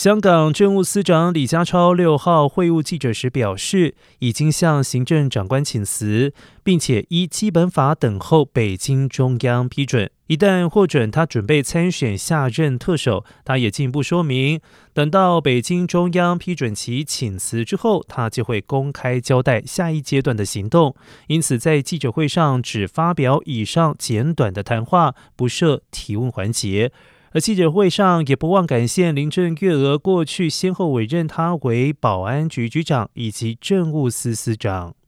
香港政务司长李家超6号会晤记者时表示，已经向行政长官请辞，并且依基本法等候北京中央批准。一旦获准他准备参选下任特首，他也进一步说明，等到北京中央批准其请辞之后，他就会公开交代下一阶段的行动。因此在记者会上只发表以上简短的谈话，不设提问环节。而记者会上也不忘感谢林郑月娥过去先后委任他为保安局局长以及政务司司长。